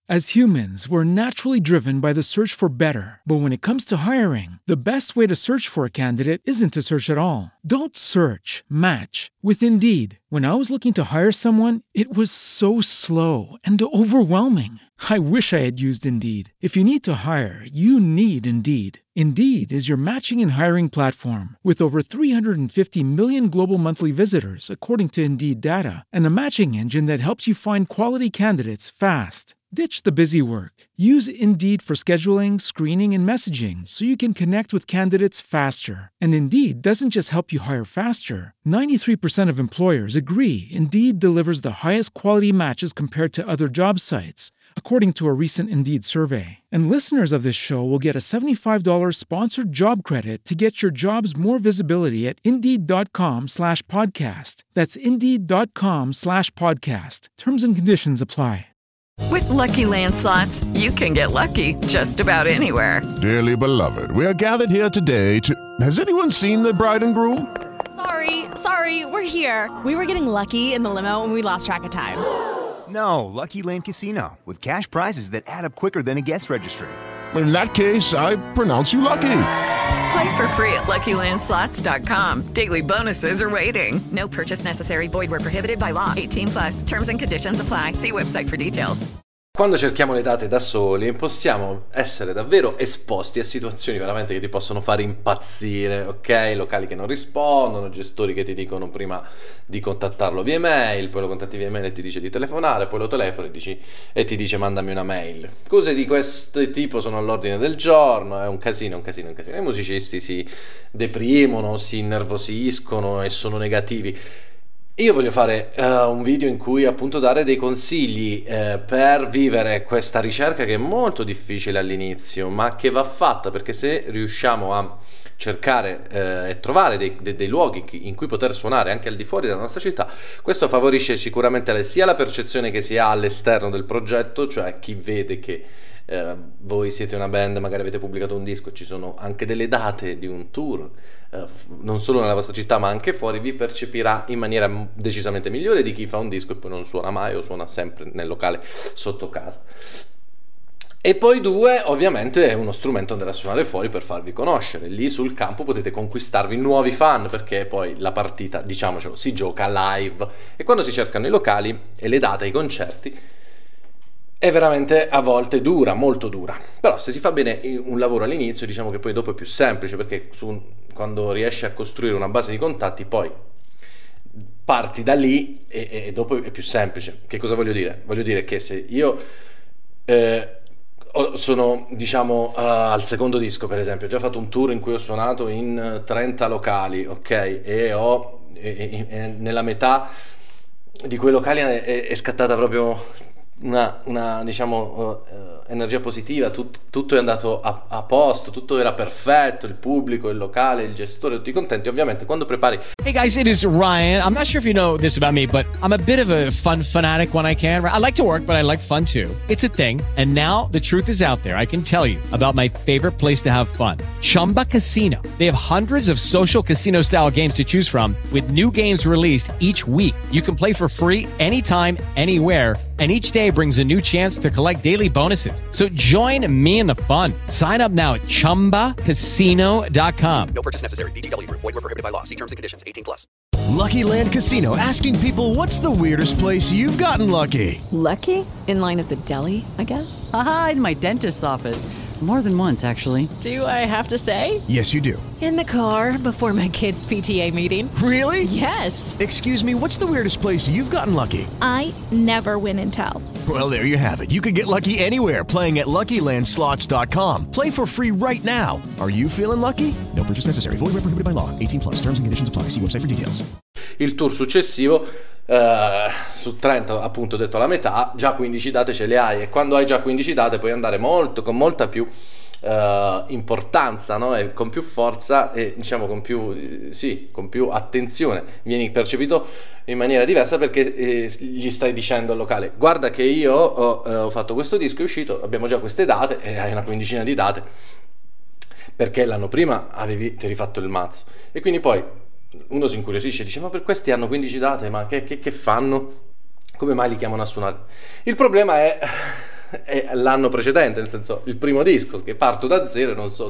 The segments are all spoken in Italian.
As humans, we're naturally driven by the search for better. But when it comes to hiring, the best way to search for a candidate isn't to search at all. Don't search, match with Indeed. When I was looking to hire someone, it was so slow and overwhelming. I wish I had used Indeed. If you need to hire, you need Indeed. Indeed is your matching and hiring platform with over 350 million global monthly visitors, according to Indeed data, and a matching engine that helps you find quality candidates fast. Ditch the busy work. Use Indeed for scheduling, screening, and messaging so you can connect with candidates faster. And Indeed doesn't just help you hire faster. 93% of employers agree Indeed delivers the highest quality matches compared to other job sites, according to a recent Indeed survey. And listeners of this show will get a $75 sponsored job credit to get your jobs more visibility at Indeed.com/podcast. That's Indeed.com/podcast. Terms and conditions apply. With Lucky Land Slots, you can get lucky just about anywhere. Dearly beloved, we are gathered here today to... Has anyone seen the bride and groom? Sorry, we're here. We were getting lucky in the limo and we lost track of time. No, Lucky Land Casino, with cash prizes that add up quicker than a guest registry. In that case, I pronounce you lucky. Play for free at LuckyLandSlots.com. Daily bonuses are waiting. No purchase necessary. Void where prohibited by law. 18+. Terms and conditions apply. See website for details. Quando cerchiamo le date da soli possiamo essere davvero esposti a situazioni veramente che ti possono fare impazzire, ok? Locali che non rispondono, gestori che ti dicono prima di contattarlo via email, poi lo contatti via email e ti dice di telefonare, poi lo telefoni e ti dice mandami una mail. Cose di questo tipo sono all'ordine del giorno, è un casino. I musicisti si deprimono, si innervosiscono e sono negativi. Io voglio fare un video in cui appunto dare dei consigli per vivere questa ricerca che è molto difficile all'inizio, ma che va fatta, perché se riusciamo a cercare e trovare dei luoghi in cui poter suonare anche al di fuori della nostra città, questo favorisce sicuramente sia la percezione che si ha all'esterno del progetto, cioè chi vede che voi siete una band, magari avete pubblicato un disco, ci sono anche delle date di un tour, non solo nella vostra città ma anche fuori, vi percepirà in maniera decisamente migliore di chi fa un disco e poi non suona mai o suona sempre nel locale sotto casa. E poi 2, ovviamente è uno strumento andare a suonare fuori per farvi conoscere. Lì sul campo potete conquistarvi nuovi fan, perché poi la partita, diciamocelo, si gioca live, e quando si cercano i locali e le date, i concerti, è veramente a volte dura, molto dura. Però se si fa bene un lavoro all'inizio, diciamo che poi dopo è più semplice, perché quando riesci a costruire una base di contatti poi parti da lì e dopo è più semplice. Che cosa voglio dire? Voglio dire che se io sono, diciamo, al secondo disco, per esempio, ho già fatto un tour in cui ho suonato in 30 locali, ok, e nella metà di quei locali è scattata proprio una diciamo energia positiva, tutto è andato a posto, tutto era perfetto, il pubblico, il locale, il gestore, tutti contenti. Ovviamente quando prepari... Hey guys, it is Ryan. I'm not sure if you know this about me, but I'm a bit of a fun fanatic when I can. I like to work, but I like fun too. It's a thing. And now the truth is out there. I can tell you about my favorite place to have fun. Chumba Casino. They have hundreds of social casino style games to choose from with new games released each week. You can play for free anytime, anywhere. And each day brings a new chance to collect daily bonuses. So join me in the fun. Sign up now at ChumbaCasino.com. No purchase necessary. VGW Group. Void where prohibited by law. See terms and conditions. 18+. Lucky Land Casino, asking people, what's the weirdest place you've gotten lucky? Lucky? In line at the deli, I guess? Aha, in my dentist's office. More than once, actually. Do I have to say? Yes, you do. In the car before my kids' PTA meeting. Really? Yes. Excuse me, what's the weirdest place you've gotten lucky? I never win and tell. Well, there you have it. You can get lucky anywhere, playing at LuckyLandSlots.com. Play for free right now. Are you feeling lucky? No purchase necessary. Void where prohibited by law. 18+. Terms and conditions apply. See website for details. Il tour successivo, su 30 appunto ho detto la metà, già 15 date ce le hai, e quando hai già 15 date puoi andare con molta più importanza, no? E con più forza e diciamo con più attenzione, vieni percepito in maniera diversa, perché gli stai dicendo al locale: guarda che io ho fatto questo disco, è uscito, abbiamo già queste date, e hai una quindicina di date perché l'anno prima ti eri fatto il mazzo. E quindi poi uno si incuriosisce e dice: ma per questi hanno 15 date, ma che fanno? Come mai li chiamano a suonare? Il problema è è l'anno precedente, nel senso il primo disco, che parto da zero e non so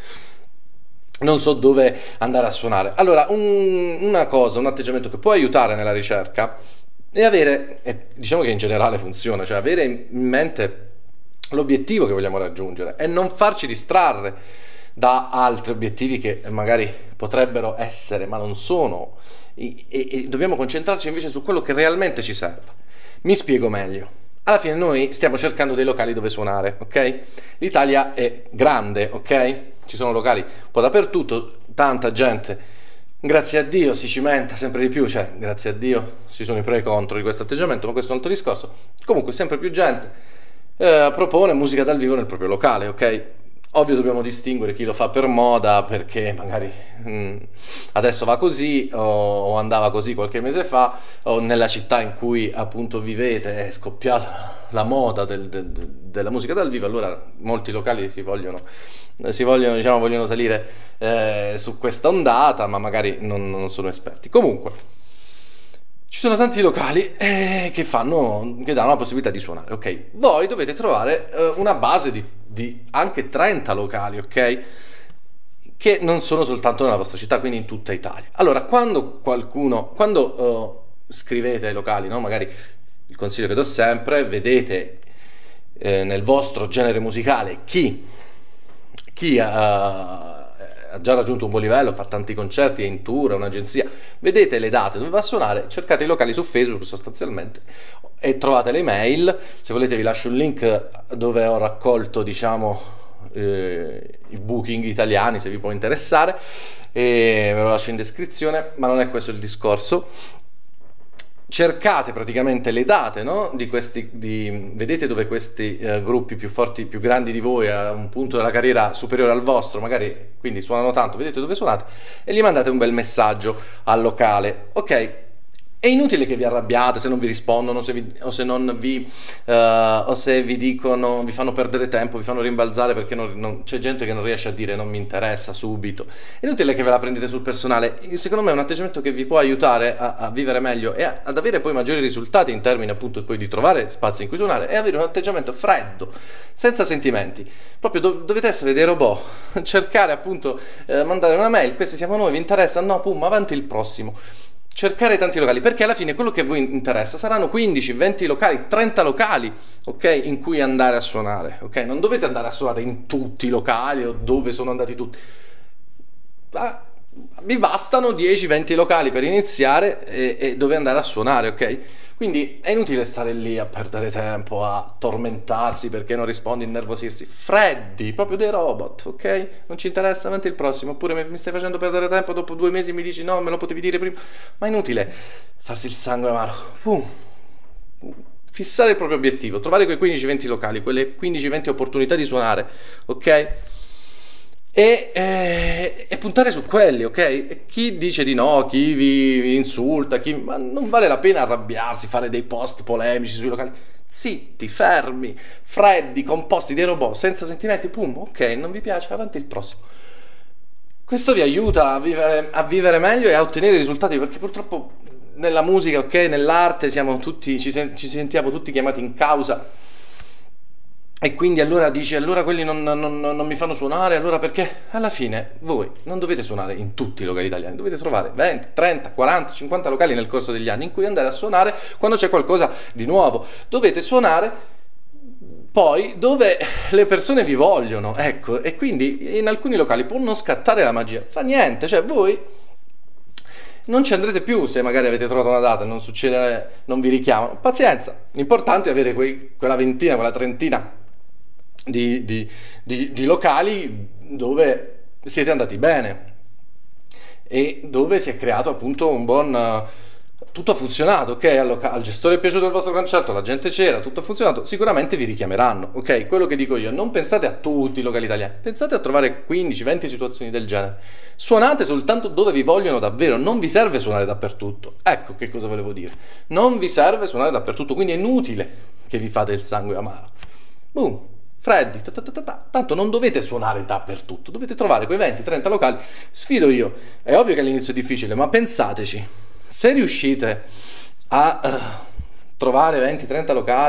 dove andare a suonare. Allora, un atteggiamento che può aiutare nella ricerca è avere, diciamo che in generale funziona, cioè avere in mente l'obiettivo che vogliamo raggiungere e non farci distrarre da altri obiettivi che magari potrebbero essere ma non sono, e dobbiamo concentrarci invece su quello che realmente ci serve. Mi spiego meglio. Alla fine noi stiamo cercando dei locali dove suonare, ok? L'Italia è grande, ok? Ci sono locali un po' dappertutto, tanta gente, grazie a Dio, si cimenta sempre di più, cioè grazie a Dio ci sono i pro e i contro di questo atteggiamento, ma questo è un altro discorso. Comunque sempre più gente propone musica dal vivo nel proprio locale, ok? Ovvio dobbiamo distinguere chi lo fa per moda, perché magari adesso va così o andava così qualche mese fa, o nella città in cui appunto vivete è scoppiata la moda della musica dal vivo, allora molti locali vogliono salire su questa ondata, ma magari non sono esperti. Comunque ci sono tanti locali che danno la possibilità di suonare, ok? Voi dovete trovare una base di anche 30 locali, ok? Che non sono soltanto nella vostra città, quindi in tutta Italia. Allora, quando scrivete ai locali, no? Magari il consiglio che do sempre, vedete nel vostro genere musicale chi ha già raggiunto un buon livello, fa tanti concerti, è in tour, è un'agenzia, vedete le date dove va a suonare, cercate i locali su Facebook sostanzialmente e trovate le mail. Se volete vi lascio un link dove ho raccolto, diciamo, i booking italiani, se vi può interessare, e ve lo lascio in descrizione, ma non è questo il discorso. Cercate praticamente le date, no? Vedete dove questi gruppi più forti, più grandi di voi, a un punto della carriera superiore al vostro, magari, quindi suonano tanto, vedete dove suonate e gli mandate un bel messaggio al locale, ok? È inutile che vi arrabbiate se non vi rispondono, o se vi dicono, vi fanno perdere tempo, vi fanno rimbalzare perché c'è gente che non riesce a dire non mi interessa subito. È inutile che ve la prendete sul personale. Secondo me è un atteggiamento che vi può aiutare a vivere meglio e ad avere poi maggiori risultati in termini appunto poi di trovare spazi in cui suonare e avere un atteggiamento freddo, senza sentimenti. Proprio dovete essere dei robot, cercare appunto, mandare una mail, questi siamo noi, vi interessa? No, pum, avanti il prossimo. Cercare tanti locali, perché alla fine quello che a voi interessa saranno 15, 20 locali, 30 locali, ok, in cui andare a suonare, ok? Non dovete andare a suonare in tutti i locali o dove sono andati tutti. Vi bastano 10-20 locali per iniziare e dove andare a suonare, ok? Quindi è inutile stare lì a perdere tempo, a tormentarsi perché non rispondi, innervosirsi. Freddi, proprio dei robot, ok? Non ci interessa, avanti il prossimo. Oppure mi stai facendo perdere tempo, dopo 2 mesi mi dici no, me lo potevi dire prima. Ma è inutile farsi il sangue amaro. Fissare il proprio obiettivo, trovare quei 15-20 locali, quelle 15-20 opportunità di suonare, ok? E puntare su quelli, ok? E chi dice di no, chi vi insulta, ma non vale la pena arrabbiarsi, fare dei post polemici sui locali. Zitti, fermi, freddi, composti, dei robot, senza sentimenti, pum, ok, non vi piace, avanti il prossimo. Questo vi aiuta a vivere meglio e a ottenere risultati, perché purtroppo nella musica, ok, nell'arte ci sentiamo tutti chiamati in causa. E quindi allora dici, allora quelli non mi fanno suonare, allora perché? Alla fine voi non dovete suonare in tutti i locali italiani, dovete trovare 20, 30, 40, 50 locali nel corso degli anni in cui andare a suonare quando c'è qualcosa di nuovo. Dovete suonare poi dove le persone vi vogliono, ecco, e quindi in alcuni locali può non scattare la magia, fa niente, cioè voi non ci andrete più se magari avete trovato una data e non succede, non vi richiamano, pazienza, l'importante è avere quella ventina, quella trentina di locali dove siete andati bene e dove si è creato appunto un buon, tutto ha funzionato, ok? Al gestore è piaciuto il vostro concerto, la gente c'era, tutto ha funzionato, sicuramente vi richiameranno, ok? Quello che dico io, non pensate a tutti i locali italiani, pensate a trovare 15-20 situazioni del genere, suonate soltanto dove vi vogliono davvero, non vi serve suonare dappertutto, ecco che cosa volevo dire, non vi serve suonare dappertutto, quindi è inutile che vi fate il sangue amaro, boom, freddi, tanto non dovete suonare dappertutto, dovete trovare quei 20-30 locali. Sfido io, è ovvio che all'inizio è difficile, ma pensateci, se riuscite a trovare 20-30 locali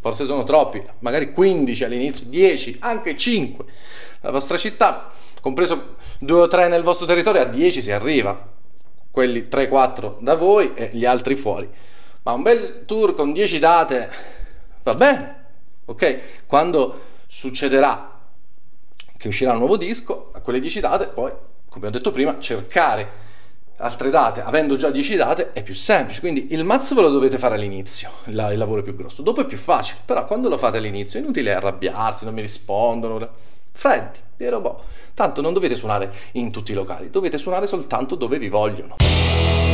forse sono troppi, magari 15 all'inizio, 10, anche 5. La vostra città, compreso 2 o 3 nel vostro territorio, a 10 si arriva, quelli 3-4 da voi e gli altri fuori. Ma un bel tour con 10 date va bene, ok? Quando succederà che uscirà un nuovo disco, a quelle 10 date poi, come ho detto prima, cercare altre date avendo già 10 date è più semplice. Quindi il mazzo ve lo dovete fare all'inizio, il lavoro è più grosso, dopo è più facile, però quando lo fate all'inizio è inutile arrabbiarsi, non mi rispondono, freddi, di robot. Tanto non dovete suonare in tutti i locali, dovete suonare soltanto dove vi vogliono.